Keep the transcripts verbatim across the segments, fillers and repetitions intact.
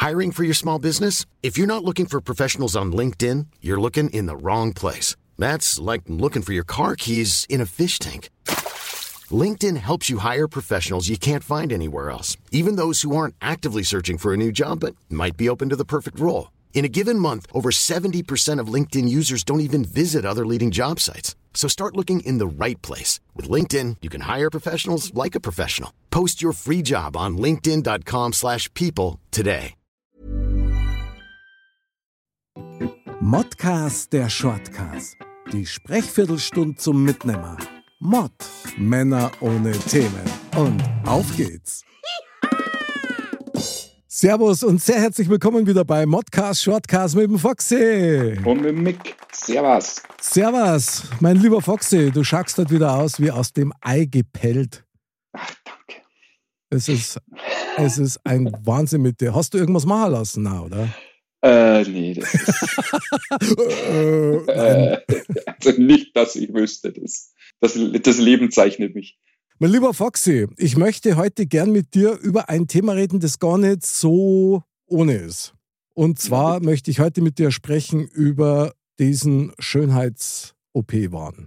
Hiring for your small business? If you're not looking for professionals on LinkedIn, you're looking in the wrong place. That's like looking for your car keys in a fish tank. LinkedIn helps you hire professionals you can't find anywhere else, even those who aren't actively searching for a new job but might be open to the perfect role. In a given month, over seventy percent of LinkedIn users don't even visit other leading job sites. So start looking in the right place. With LinkedIn, you can hire professionals like a professional. Post your free job on linkedin dot com slash people today. Modcast, der Shortcast. Die Sprechviertelstunde zum Mitnehmer. Mod. Männer ohne Themen. Und auf geht's. Servus und sehr herzlich willkommen wieder bei Modcast, Shortcast mit dem Foxy. Und mit dem Mick. Servus. Servus, mein lieber Foxy. Du schaust halt wieder aus wie aus dem Ei gepellt. Ach, danke. Es ist, es ist ein Wahnsinn mit dir. Hast du irgendwas machen lassen, na, oder? Äh, nee, das ist... äh, also nicht, dass ich wüsste. Das, das, das Leben zeichnet mich. Mein lieber Foxy, ich möchte heute gern mit dir über ein Thema reden, das gar nicht so ohne ist. Und zwar ja, möchte ich heute mit dir sprechen über diesen Schönheits-O P-Wahn.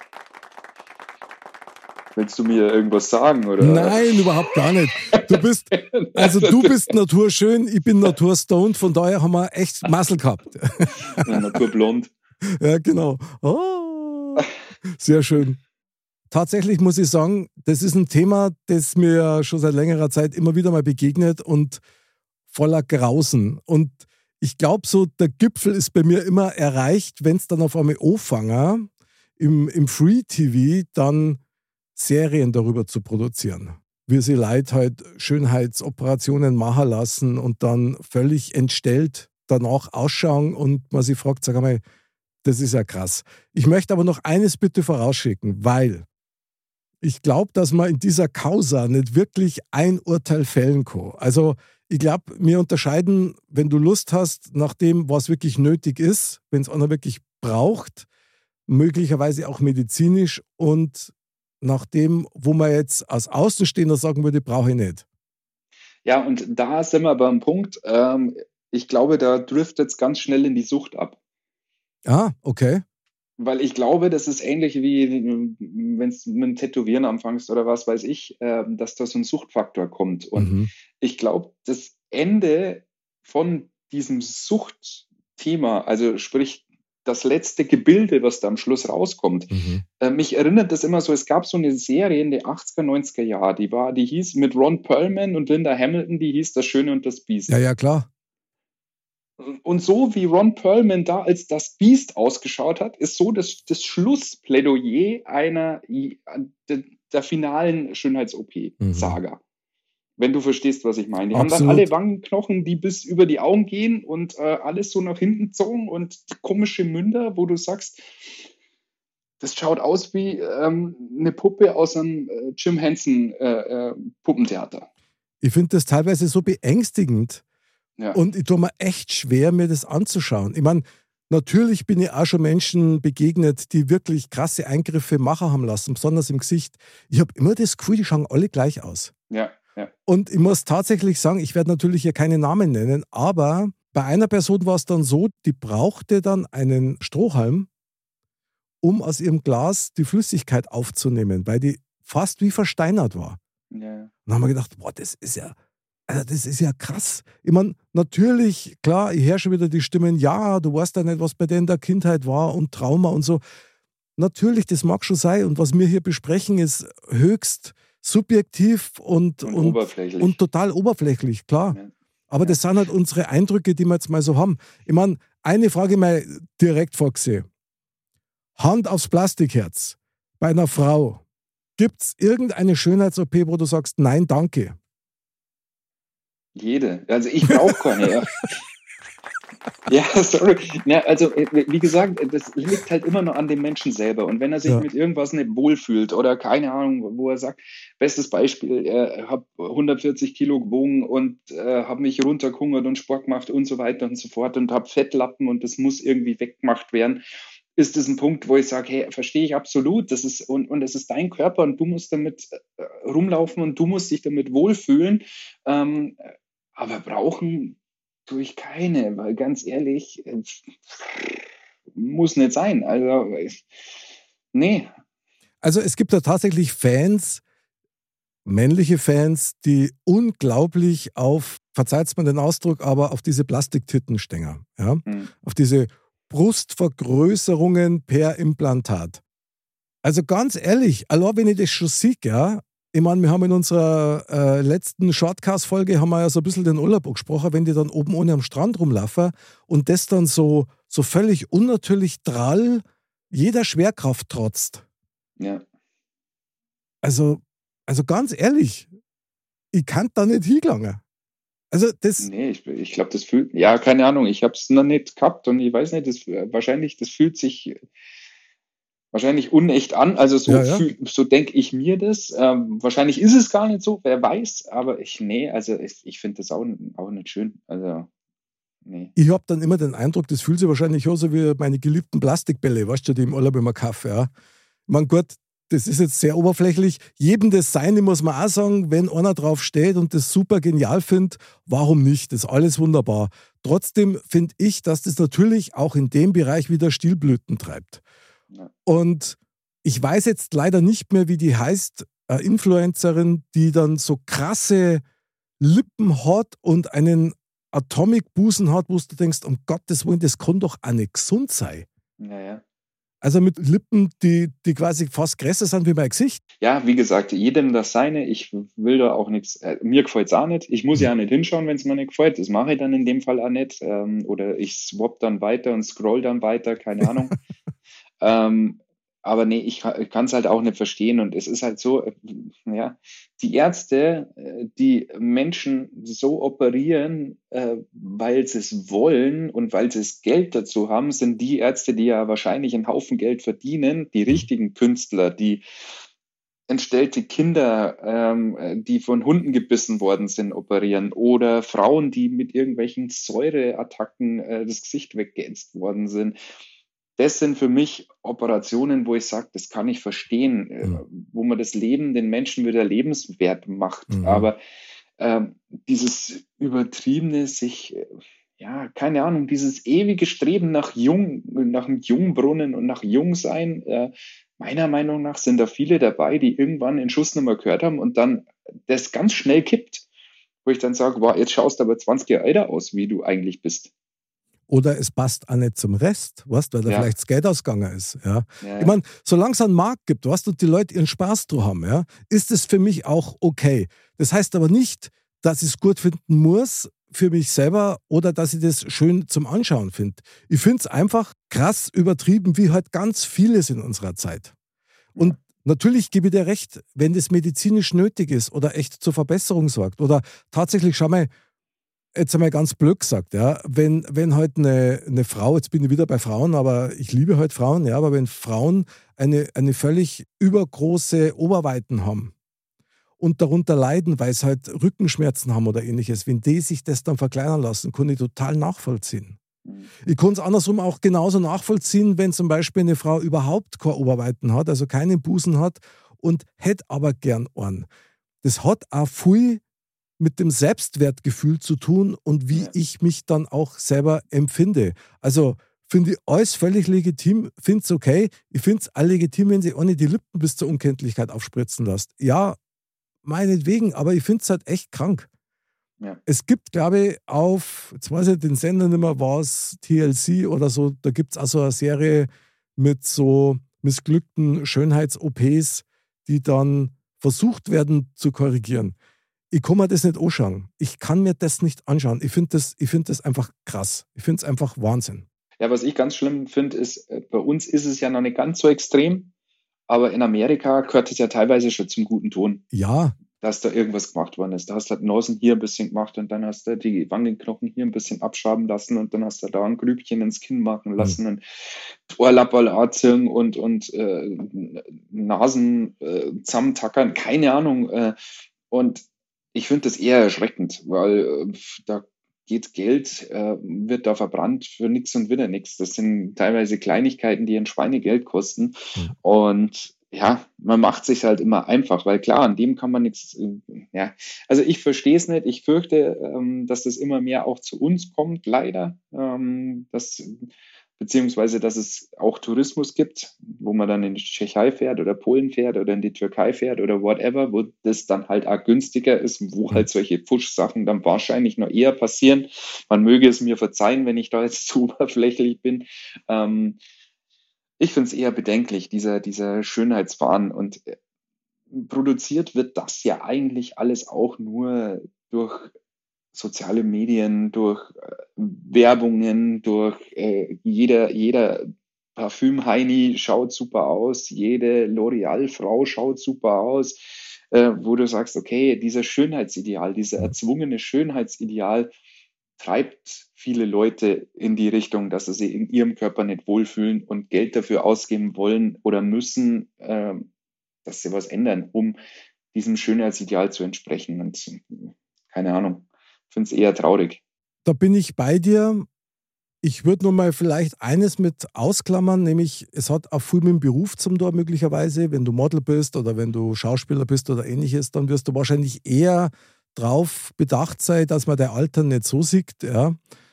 Willst du mir irgendwas sagen, oder? Nein, überhaupt gar nicht. Du bist, also du bist naturschön, ich bin naturstoned, von daher haben wir echt Muscle gehabt. Ja, naturblond. Ja, genau. Oh, sehr schön. Tatsächlich muss ich sagen, das ist ein Thema, das mir schon seit längerer Zeit immer wieder mal begegnet und voller Grausen. Und ich glaube, so der Gipfel ist bei mir immer erreicht, wenn es dann auf einmal anfangen, im, im Free-T V dann Serien darüber zu produzieren. Wie sie Leute halt Schönheitsoperationen machen lassen und dann völlig entstellt danach ausschauen und man sich fragt, sag mal, das ist ja krass. Ich möchte aber noch eines bitte vorausschicken, weil ich glaube, dass man in dieser Causa nicht wirklich ein Urteil fällen kann. Also ich glaube, wir unterscheiden, wenn du Lust hast, nach dem, was wirklich nötig ist, wenn es einer wirklich braucht, möglicherweise auch medizinisch und nach dem, wo man jetzt als Außenstehender sagen würde, brauche ich nicht. Ja, und da sind wir beim Punkt, ähm, ich glaube, da driftet es ganz schnell in die Sucht ab. Ah, okay. Weil ich glaube, das ist ähnlich wie, wenn du mit dem Tätowieren anfängst oder was weiß ich, äh, dass da so ein Suchtfaktor kommt. Und mhm. ich glaube, das Ende von diesem Suchtthema, also sprich das letzte Gebilde, was da am Schluss rauskommt, mhm. äh, mich erinnert das immer so, es gab so eine Serie in den achtziger, neunziger Jahren, die war, die hieß mit Ron Perlman und Linda Hamilton, die hieß Das Schöne und das Biest. Ja, ja, klar. Und so wie Ron Perlman da als das Biest ausgeschaut hat, ist so das, das Schlussplädoyer einer der, der finalen Schönheits-O P-Saga. Mhm. Wenn du verstehst, was ich meine. Die Absolut. Haben dann alle Wangenknochen, die bis über die Augen gehen und äh, alles so nach hinten gezogen und komische Münder, wo du sagst, das schaut aus wie ähm, eine Puppe aus einem äh, Jim Henson äh, äh, Puppentheater. Ich finde das teilweise so beängstigend. Ja. Und ich tue mir echt schwer, mir das anzuschauen. Ich meine, natürlich bin ich auch schon Menschen begegnet, die wirklich krasse Eingriffe machen haben lassen, besonders im Gesicht. Ich habe immer das Gefühl, die schauen alle gleich aus. Ja, ja. Und ich muss tatsächlich sagen, ich werde natürlich hier keine Namen nennen, aber bei einer Person war es dann so, die brauchte dann einen Strohhalm, um aus ihrem Glas die Flüssigkeit aufzunehmen, weil die fast wie versteinert war. Ja. Und dann haben wir gedacht, boah, das ist ja... Also das ist ja krass. Ich meine, natürlich, klar, ich höre schon wieder die Stimmen, ja, du weißt ja nicht, was bei denen in der Kindheit war und Trauma und so. Natürlich, das mag schon sein. Und was wir hier besprechen, ist höchst subjektiv und, und, und, oberflächlich. und total oberflächlich, klar. Ja. Aber ja. das sind halt unsere Eindrücke, die wir jetzt mal so haben. Ich meine, eine Frage mal direkt, Foxy. Hand aufs Plastikherz. Bei einer Frau, gibt es irgendeine Schönheits-O P, wo du sagst, nein, danke? Jede. Also ich brauche keine. Ja. Ja, sorry. Ja, also wie gesagt, das liegt halt immer nur an dem Menschen selber. Und wenn er sich ja. mit irgendwas nicht wohlfühlt oder keine Ahnung, wo er sagt, bestes Beispiel, ich äh, habe hundertvierzig Kilo gewogen und äh, habe mich runtergehungert und Sport gemacht und so weiter und so fort und habe Fettlappen und das muss irgendwie weggemacht werden, ist das ein Punkt, wo ich sage, hey, verstehe ich absolut, das ist und, und es ist dein Körper und du musst damit äh, rumlaufen und du musst dich damit wohlfühlen. Ähm, aber brauchen tue ich keine, weil ganz ehrlich, äh, muss nicht sein. Also, ich, nee. Also es gibt da tatsächlich Fans, männliche Fans, die unglaublich auf, verzeiht mir den Ausdruck, aber auf diese Plastiktitten stehen. Ja? Hm. Auf diese Brustvergrößerungen per Implantat. Also ganz ehrlich, allein wenn ich das schon sehe, ja, ich meine, wir haben in unserer äh, letzten Shortcast-Folge haben wir ja so ein bisschen den Urlaub gesprochen, wenn die dann oben ohne am Strand rumlaufen und das dann so, so völlig unnatürlich drall jeder Schwerkraft trotzt. Ja. Also, also ganz ehrlich, ich kann da nicht hingelangen. Also das. Nee, ich, ich glaube, das fühlt, ja, keine Ahnung, ich habe es noch nicht gehabt und ich weiß nicht, das, wahrscheinlich, das fühlt sich wahrscheinlich unecht an, also so, Ja, ja. so denke ich mir das. Ähm, wahrscheinlich ist es gar nicht so, wer weiß, aber ich, nee, also ich, ich finde das auch, auch nicht schön, also nee. Ich habe dann immer den Eindruck, das fühlt sich wahrscheinlich auch so wie meine geliebten Plastikbälle, weißt du, die im Urlaub immer kaufe, ja. Ich meine, gut, das ist jetzt sehr oberflächlich. Jedem das Seine muss man auch sagen, wenn einer drauf steht und das super genial findet, warum nicht? Das ist alles wunderbar. Trotzdem finde ich, dass das natürlich auch in dem Bereich wieder Stilblüten treibt. Ja. Und ich weiß jetzt leider nicht mehr, wie die heißt, eine Influencerin, die dann so krasse Lippen hat und einen Atomic-Busen hat, wo du denkst, um Gottes Willen, das kann doch auch nicht gesund sein. Ja, ja. Also mit Lippen, die, die quasi fast größer sind wie mein Gesicht. Ja, wie gesagt, jedem das Seine. Ich will da auch nichts. Äh, mir gefällt es auch nicht. Ich muss ja auch nicht hinschauen, wenn es mir nicht gefällt. Das mache ich dann in dem Fall auch nicht. Ähm, oder ich swap dann weiter und scroll dann weiter, keine Ahnung. ähm, aber nee, ich, ich kann es halt auch nicht verstehen. Und es ist halt so, äh, ja, die Ärzte, äh, die Menschen so operieren, äh, weil sie es wollen und weil sie das Geld dazu haben, sind die Ärzte, die ja wahrscheinlich einen Haufen Geld verdienen, die richtigen Künstler, die entstellte Kinder, ähm, die von Hunden gebissen worden sind, operieren oder Frauen, die mit irgendwelchen Säureattacken äh, das Gesicht weggeätzt worden sind. Das sind für mich Operationen, wo ich sage, das kann ich verstehen, äh, Mhm. wo man das Leben den Menschen wieder lebenswert macht. Mhm. Aber ähm, dieses übertriebene, sich, äh, ja, keine Ahnung, dieses ewige Streben nach Jung, nach einem Jungbrunnen und nach Jungsein, äh, meiner Meinung nach sind da viele dabei, die irgendwann den Schuss nicht mehr gehört haben und dann das ganz schnell kippt, wo ich dann sage, wow, jetzt schaust du aber zwanzig Jahre älter aus, wie du eigentlich bist. Oder es passt auch nicht zum Rest, weißt, weil da Ja. vielleicht das Geld ausgegangen ist. Ja. Ja, Ich meine, solange es einen Markt gibt, weißt, und die Leute ihren Spaß dran haben, ja, ist es für mich auch okay. Das heißt aber nicht, dass ich es gut finden muss für mich selber oder dass ich das schön zum Anschauen finde. Ich finde es einfach krass übertrieben, wie halt ganz vieles in unserer Zeit. Und natürlich gebe ich dir recht, wenn das medizinisch nötig ist oder echt zur Verbesserung sorgt oder tatsächlich, schau mal, jetzt einmal ganz blöd gesagt, ja, wenn, wenn halt eine, eine Frau, jetzt bin ich wieder bei Frauen, aber ich liebe halt Frauen, ja, aber wenn Frauen eine, eine völlig übergroße Oberweiten haben und darunter leiden, weil sie halt Rückenschmerzen haben oder ähnliches, wenn die sich das dann verkleinern lassen, kann ich total nachvollziehen. Ich kann es andersrum auch genauso nachvollziehen, wenn zum Beispiel eine Frau überhaupt keine Oberweiten hat, also keinen Busen hat und hätte aber gern einen. Das hat auch viel mit dem Selbstwertgefühl zu tun und wie Ja. ich mich dann auch selber empfinde. Also finde ich alles völlig legitim, finde es okay. Ich finde es auch legitim, wenn sie auch nicht die Lippen bis zur Unkenntlichkeit aufspritzen lässt. Ja, meinetwegen, aber ich finde es halt echt krank. Ja. Es gibt, glaube ich, auf, jetzt weiß ich den Sender nicht mehr, war es T L C oder so, da gibt es auch so eine Serie mit so missglückten Schönheits-O Ps, die dann versucht werden zu korrigieren. Ich kann mir das nicht anschauen. Ich kann mir das nicht anschauen. Ich finde das, ich find das einfach krass. Ich finde es einfach Wahnsinn. Ja, was ich ganz schlimm finde, ist, äh, bei uns ist es ja noch nicht ganz so extrem, aber in Amerika gehört es ja teilweise schon zum guten Ton, Ja, dass da irgendwas gemacht worden ist. Da hast du halt Nasen hier ein bisschen gemacht und dann hast du die Wangenknochen hier ein bisschen abschaben lassen und dann hast du da ein Grübchen ins Kinn machen lassen und Ohrlapperl anziehen und, und äh, Nasen äh, zusammentackern, keine Ahnung. Äh, und ich finde das eher erschreckend, weil äh, da geht Geld, äh, wird da verbrannt für nichts und wieder nichts. Das sind teilweise Kleinigkeiten, die ein Schweinegeld kosten. Mhm. Und ja, man macht sich halt immer einfach, weil klar, an dem kann man nichts, ja, also ich verstehe es nicht, ich fürchte, ähm, dass das immer mehr auch zu uns kommt, leider, ähm, dass, beziehungsweise, dass es auch Tourismus gibt, wo man dann in die Tschechei fährt oder Polen fährt oder in die Türkei fährt oder whatever, wo das dann halt auch günstiger ist, wo halt solche Pfusch-Sachen dann wahrscheinlich noch eher passieren. Man möge es mir verzeihen, wenn ich da jetzt zu oberflächlich bin. Ähm, Ich finde es eher bedenklich, dieser, dieser Schönheitswahn. Und äh, produziert wird das ja eigentlich alles auch nur durch soziale Medien, durch äh, Werbungen, durch äh, jeder, jeder Parfüm-Heini schaut super aus, jede L'Oreal-Frau schaut super aus, äh, wo du sagst, okay, dieser Schönheitsideal, dieser erzwungene Schönheitsideal treibt viele Leute in die Richtung, dass sie sich in ihrem Körper nicht wohlfühlen und Geld dafür ausgeben wollen oder müssen, äh, dass sie was ändern, um diesem Schönheitsideal zu entsprechen. Und keine Ahnung, ich finde es eher traurig. Da bin ich bei dir. Ich würde nur mal vielleicht eines mit ausklammern, nämlich es hat auch viel mit dem Beruf zum Tor möglicherweise. Wenn du Model bist oder wenn du Schauspieler bist oder ähnliches, dann wirst du wahrscheinlich eher drauf bedacht sein, dass man dein Alter nicht so sieht. Ja.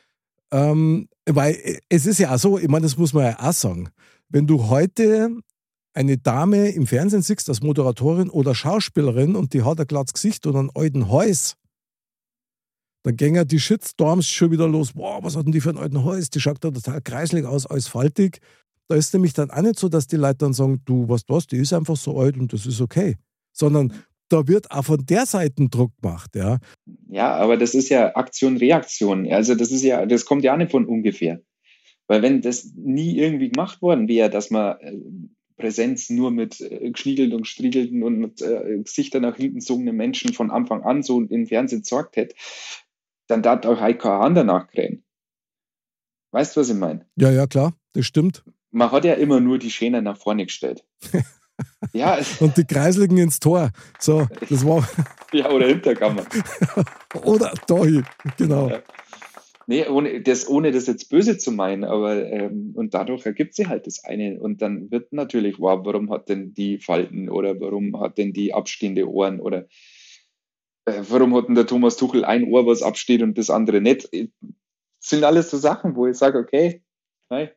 Ähm, weil es ist ja auch so, ich meine, das muss man ja auch sagen. Wenn du heute eine Dame im Fernsehen siehst als Moderatorin oder Schauspielerin und die hat ein glattes Gesicht oder einen alten Hals, dann gehen ja die Shitstorms schon wieder los. Boah, was hat denn die für einen alten Hals? Die schaut da total kreislig aus, alles faltig. Da ist nämlich dann auch nicht so, dass die Leute dann sagen, du, weißt was, die ist einfach so alt und das ist okay. Sondern da wird auch von der Seite Druck gemacht, ja. Ja, aber das ist ja Aktion-Reaktion. Also das ist ja, das kommt ja auch nicht von ungefähr. Weil wenn das nie irgendwie gemacht worden wäre, dass man äh, Präsenz nur mit äh, geschniegelten und gestriegelten und mit äh, Gesichter nach hinten zogenden Menschen von Anfang an so im Fernsehen gesorgt hätte, dann darf auch Heiko Hahn danach krähen. Weißt du, was ich meine? Ja, ja, klar, das stimmt. Man hat ja immer nur die Schäne nach vorne gestellt. Ja. Und die Kreisligen ins Tor. So, das war. Ja, oder Hinterkammer. Oder dahin, genau. Ja. Nee, ohne das, ohne das jetzt böse zu meinen, aber ähm, und dadurch ergibt sie halt das eine. Und dann wird natürlich, wow, warum hat denn die Falten oder warum hat denn die abstehende Ohren oder äh, warum hat denn der Thomas Tuchel ein Ohr, was absteht und das andere nicht? Das sind alles so Sachen, wo ich sage, okay, nein.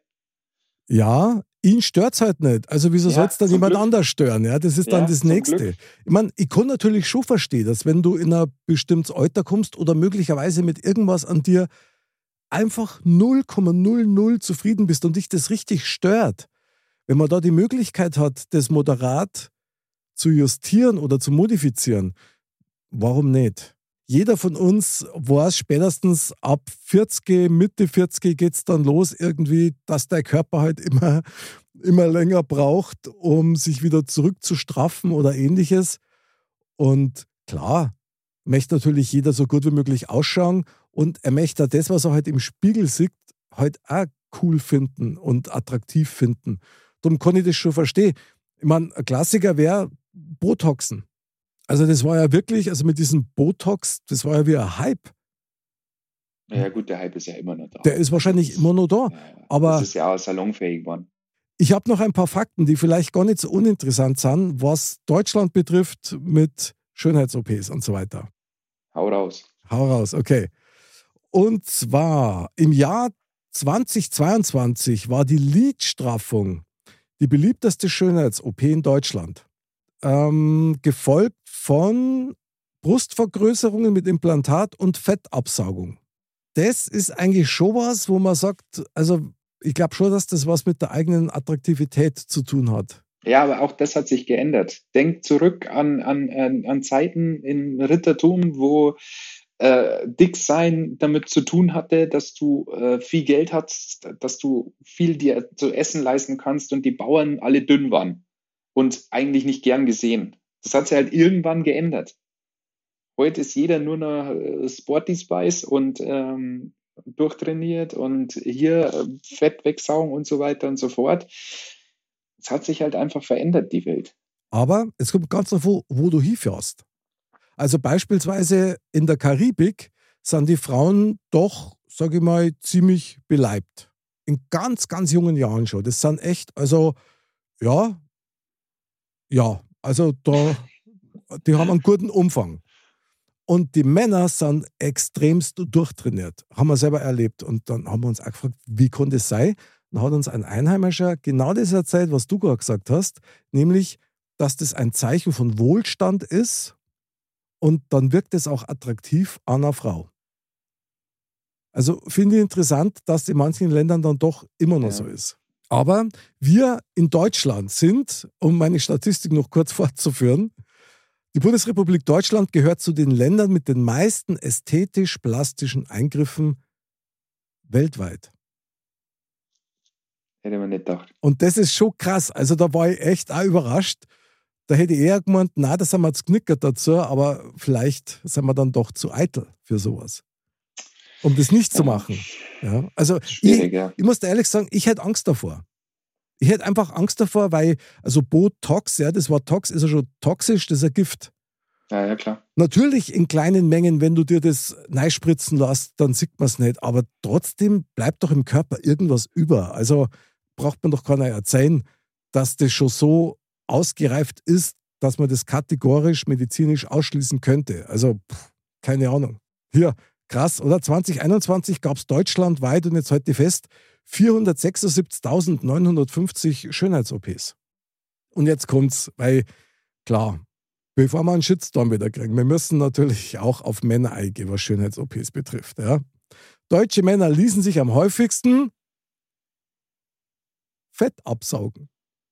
Ja, ihn stört es halt nicht. Also wieso ja, soll es dann jemand Glück. anders stören? Ja, das ist ja, dann das Nächste. Glück. Ich meine, ich kann natürlich schon verstehen, dass wenn du in ein bestimmtes Alter kommst oder möglicherweise mit irgendwas an dir einfach null Komma null null zufrieden bist und dich das richtig stört, wenn man da die Möglichkeit hat, das moderat zu justieren oder zu modifizieren, warum nicht? Jeder von uns weiß spätestens ab vierzig, Mitte vierzig geht es dann los irgendwie, dass der Körper halt immer, immer länger braucht, um sich wieder zurückzustraffen oder ähnliches. Und klar, möchte natürlich jeder so gut wie möglich ausschauen und er möchte das, was er halt im Spiegel sieht, halt auch cool finden und attraktiv finden. Darum kann ich das schon verstehen. Ich meine, ein Klassiker wäre Botoxen. Also das war ja wirklich, also mit diesem Botox, das war ja wie ein Hype. Ja gut, der Hype ist ja immer noch da. Der ist wahrscheinlich immer noch da. Ja, aber das ist ja auch salonfähig geworden. Ich habe noch ein paar Fakten, die vielleicht gar nicht so uninteressant sind, was Deutschland betrifft mit Schönheits-O Ps und so weiter. Hau raus. Hau raus, okay. Und zwar im Jahr zweitausendzweiundzwanzig war die Lidstraffung die beliebteste Schönheits-O P in Deutschland. Ähm, gefolgt von Brustvergrößerungen mit Implantat und Fettabsaugung. Das ist eigentlich schon was, wo man sagt, also ich glaube schon, dass das was mit der eigenen Attraktivität zu tun hat. Ja, aber auch das hat sich geändert. Denk zurück an, an, an Zeiten im Rittertum, wo äh, Dicksein damit zu tun hatte, dass du äh, viel Geld hast, dass du viel dir zu essen leisten kannst und die Bauern alle dünn waren und eigentlich nicht gern gesehen. Das hat sich halt irgendwann geändert. Heute ist jeder nur noch Sporty Spice und ähm, durchtrainiert und hier Fett wegsaugen und so weiter und so fort. Es hat sich halt einfach verändert, die Welt. Aber es kommt ganz davon, wo du hinfährst. Also beispielsweise in der Karibik sind die Frauen doch, sage ich mal, ziemlich beleibt. In ganz, ganz jungen Jahren schon. Das sind echt, also ja, Ja, also da, die haben einen guten Umfang. Und die Männer sind extremst durchtrainiert. Haben wir selber erlebt. Und dann haben wir uns auch gefragt, wie konnte es sein? Dann hat uns ein Einheimischer genau das erzählt, was du gerade gesagt hast, nämlich, dass das ein Zeichen von Wohlstand ist und dann wirkt es auch attraktiv an einer Frau. Also finde ich interessant, dass in manchen Ländern dann doch immer noch ja. so ist. Aber wir in Deutschland sind, um meine Statistik noch kurz fortzuführen, die Bundesrepublik Deutschland gehört zu den Ländern mit den meisten ästhetisch-plastischen Eingriffen weltweit. Hätte man nicht gedacht. Und das ist schon krass. Also da war ich echt auch überrascht. Da hätte ich eher gemeint, na, da sind wir jetzt geknickert dazu, aber vielleicht sind wir dann doch zu eitel für sowas. Um das nicht zu machen. Ja, also ich, ja. ich muss dir ehrlich sagen, ich hätte Angst davor. Ich hätte einfach Angst davor, weil, also Botox, ja, das Wort Tox ist ja schon toxisch, das ist ein Gift. Ja, ja, klar. Natürlich in kleinen Mengen, wenn du dir das reinspritzen lässt, dann sieht man es nicht. Aber trotzdem bleibt doch im Körper irgendwas über. Also braucht man doch keiner erzählen, dass das schon so ausgereift ist, dass man das kategorisch medizinisch ausschließen könnte. Also, pff, keine Ahnung. Hier, krass, oder? zwanzig einundzwanzig gab es deutschlandweit, und jetzt halte ich fest, vierhundertsechsundsiebzigtausendneunhundertfünfzig Schönheits-O Ps. Und jetzt kommt's, weil, klar, bevor wir einen Shitstorm wieder kriegen, wir müssen natürlich auch auf Männer eingehen, was Schönheits-O Ps betrifft. Ja. Deutsche Männer ließen sich am häufigsten Fett absaugen.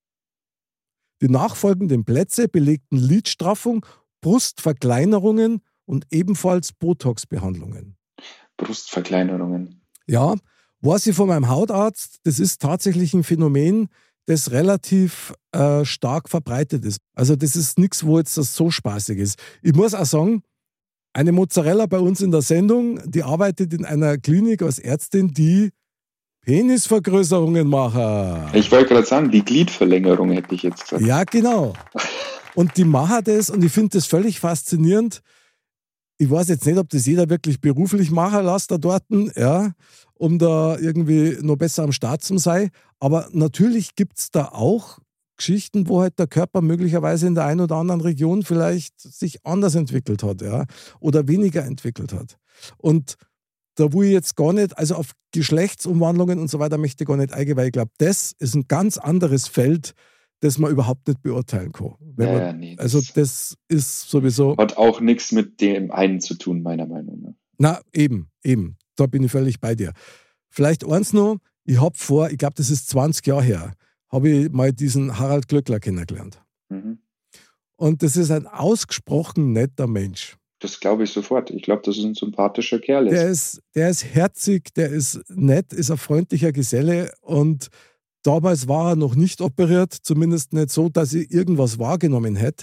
Die nachfolgenden Plätze belegten Lidstraffung, Brustverkleinerungen und ebenfalls Botox-Behandlungen. Brustverkleinerungen. Ja, weiß ich von meinem Hautarzt, das ist tatsächlich ein Phänomen, das relativ äh, stark verbreitet ist. Also das ist nichts, wo jetzt das so spaßig ist. Ich muss auch sagen, eine Mozzarella bei uns in der Sendung, die arbeitet in einer Klinik als Ärztin, die Penisvergrößerungen macht. Ich wollte gerade sagen, die Gliedverlängerung hätte ich jetzt gesagt. Ja, genau. Und die machen das und ich finde das völlig faszinierend. Ich weiß jetzt nicht, ob das jeder wirklich beruflich machen lässt da dort, ja, um da irgendwie noch besser am Start zu sein. Aber natürlich gibt es da auch Geschichten, wo halt der Körper möglicherweise in der einen oder anderen Region vielleicht sich anders entwickelt hat, ja, oder weniger entwickelt hat. Und da wo ich jetzt gar nicht, also auf Geschlechtsumwandlungen und so weiter möchte ich gar nicht eingehen, weil ich glaube, das ist ein ganz anderes Feld, das man überhaupt nicht beurteilen kann. Wenn ja, man, ja, nee, also das ist sowieso... Hat auch nichts mit dem einen zu tun, meiner Meinung nach. Na, eben, eben. Da bin ich völlig bei dir. Vielleicht eins noch, ich habe vor, ich glaube, das ist zwanzig Jahre her, habe ich mal diesen Harald Glöckler kennengelernt. Mhm. Und das ist ein ausgesprochen netter Mensch. Das glaube ich sofort. Ich glaube, das ist ein sympathischer Kerl. Der ist, der ist herzig, der ist nett, ist ein freundlicher Geselle und damals war er noch nicht operiert, zumindest nicht so, dass ich irgendwas wahrgenommen hätte.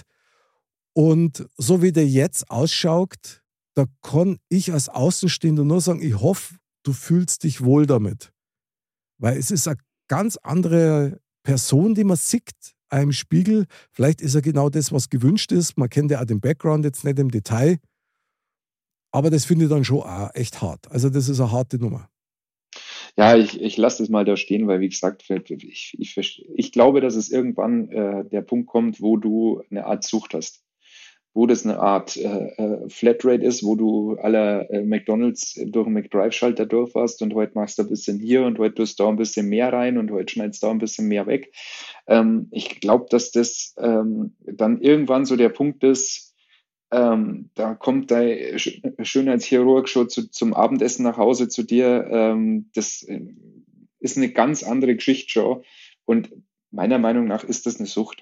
Und so wie der jetzt ausschaut, da kann ich als Außenstehender nur sagen, ich hoffe, du fühlst dich wohl damit. Weil es ist eine ganz andere Person, die man sieht im Spiegel. Vielleicht ist er genau das, was gewünscht ist. Man kennt ja auch den Background jetzt nicht im Detail. Aber das finde ich dann schon auch echt hart. Also das ist eine harte Nummer. Ja, ich, ich lasse das mal da stehen, weil wie gesagt, ich, ich, ich glaube, dass es irgendwann äh, der Punkt kommt, wo du eine Art Sucht hast. Wo das eine Art äh, Flatrate ist, wo du alle äh, McDonalds durch den McDrive-Schalter durchfährst und heute machst du ein bisschen hier und heute tust du da ein bisschen mehr rein und heute schneidest du da ein bisschen mehr weg. Ähm, ich glaube, dass das ähm, dann irgendwann so der Punkt ist, ähm, da kommt dein Schönheitschirurg schon zu, zum Abendessen nach Hause zu dir. Ähm, das ist eine ganz andere Geschichte schon und meiner Meinung nach ist das eine Sucht.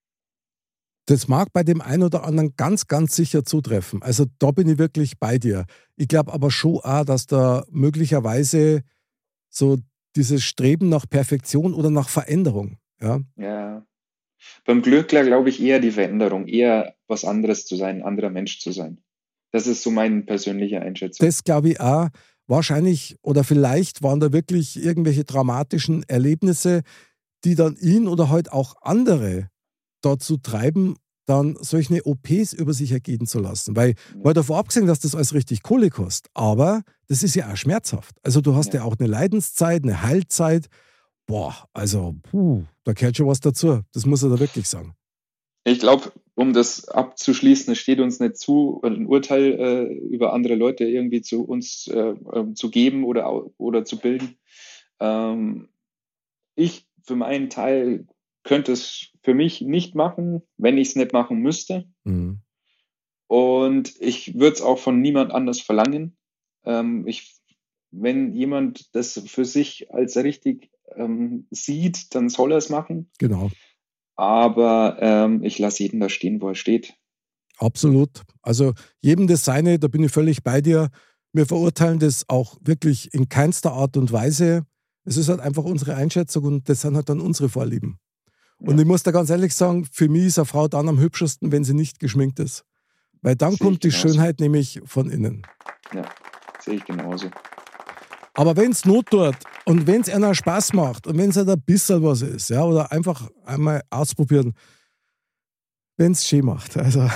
Das mag bei dem einen oder anderen ganz, ganz sicher zutreffen. Also da bin ich wirklich bei dir. Ich glaube aber schon auch, dass da möglicherweise so dieses Streben nach Perfektion oder nach Veränderung. Ja. Ja. Beim Glöckler glaube ich eher die Veränderung, eher was anderes zu sein, ein anderer Mensch zu sein. Das ist so meine persönliche Einschätzung. Das glaube ich auch. Wahrscheinlich oder vielleicht waren da wirklich irgendwelche dramatischen Erlebnisse, die dann ihn oder halt auch andere dazu treiben, dann solche O Ps über sich ergehen zu lassen. Weil, ja. weil davon abgesehen, dass das alles richtig Kohle kostet, aber das ist ja auch schmerzhaft. Also du hast ja, ja auch eine Leidenszeit, eine Heilzeit. Boah, also puh, da gehört schon was dazu. Das muss er da wirklich sagen. Ich glaube, um das abzuschließen, es steht uns nicht zu, ein Urteil äh, über andere Leute irgendwie zu uns äh, äh, zu geben oder, oder zu bilden. Ähm, ich für meinen Teil könnte es für mich nicht machen, wenn ich es nicht machen müsste. Mhm. Und ich würde es auch von niemand anders verlangen. Ähm, ich, wenn jemand das für sich als richtig ähm, sieht, dann soll er es machen. Genau. Aber ähm, ich lasse jeden da stehen, wo er steht. Absolut. Also jedem das Seine, da bin ich völlig bei dir. Wir verurteilen das auch wirklich in keinster Art und Weise. Es ist halt einfach unsere Einschätzung und das sind halt dann unsere Vorlieben. Und ja. ich muss da ganz ehrlich sagen, für mich ist eine Frau dann am hübschesten, wenn sie nicht geschminkt ist. Weil dann kommt die genauso. Schönheit nämlich von innen. Ja, sehe ich genauso. Aber wenn es Not tut und wenn es einer Spaß macht und wenn es halt ein bisschen was ist, ja, oder einfach einmal ausprobieren, wenn es schön macht. Also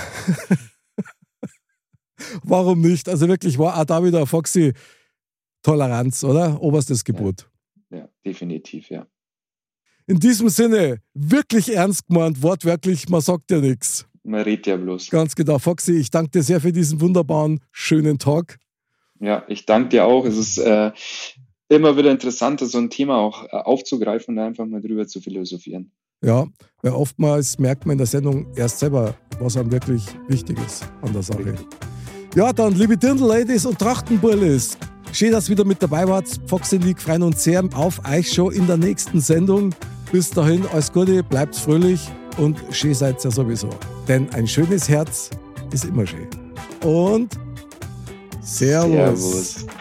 warum nicht? Also wirklich war auch da wieder Foxy Toleranz, oder? Oberstes Gebot. Ja, ja, definitiv, ja. In diesem Sinne, wirklich ernst gemeint, wortwörtlich, man sagt ja nichts. Man redet ja bloß. Ganz genau. Foxy, ich danke dir sehr für diesen wunderbaren, schönen Talk. Ja, ich danke dir auch. Es ist äh, immer wieder interessant, so ein Thema auch äh, aufzugreifen und einfach mal drüber zu philosophieren. Ja, weil oftmals merkt man in der Sendung erst selber, was einem wirklich wichtig ist an der Sache. Richtig. Ja, dann, liebe Dirndl-Ladies und Trachtenbullis, schön, dass ihr wieder mit dabei wart. Foxy League freuen uns sehr auf euch schon in der nächsten Sendung. Bis dahin, alles Gute, bleibt fröhlich und schön seid ihr ja sowieso. Denn ein schönes Herz ist immer schön. Und Servus. Servus.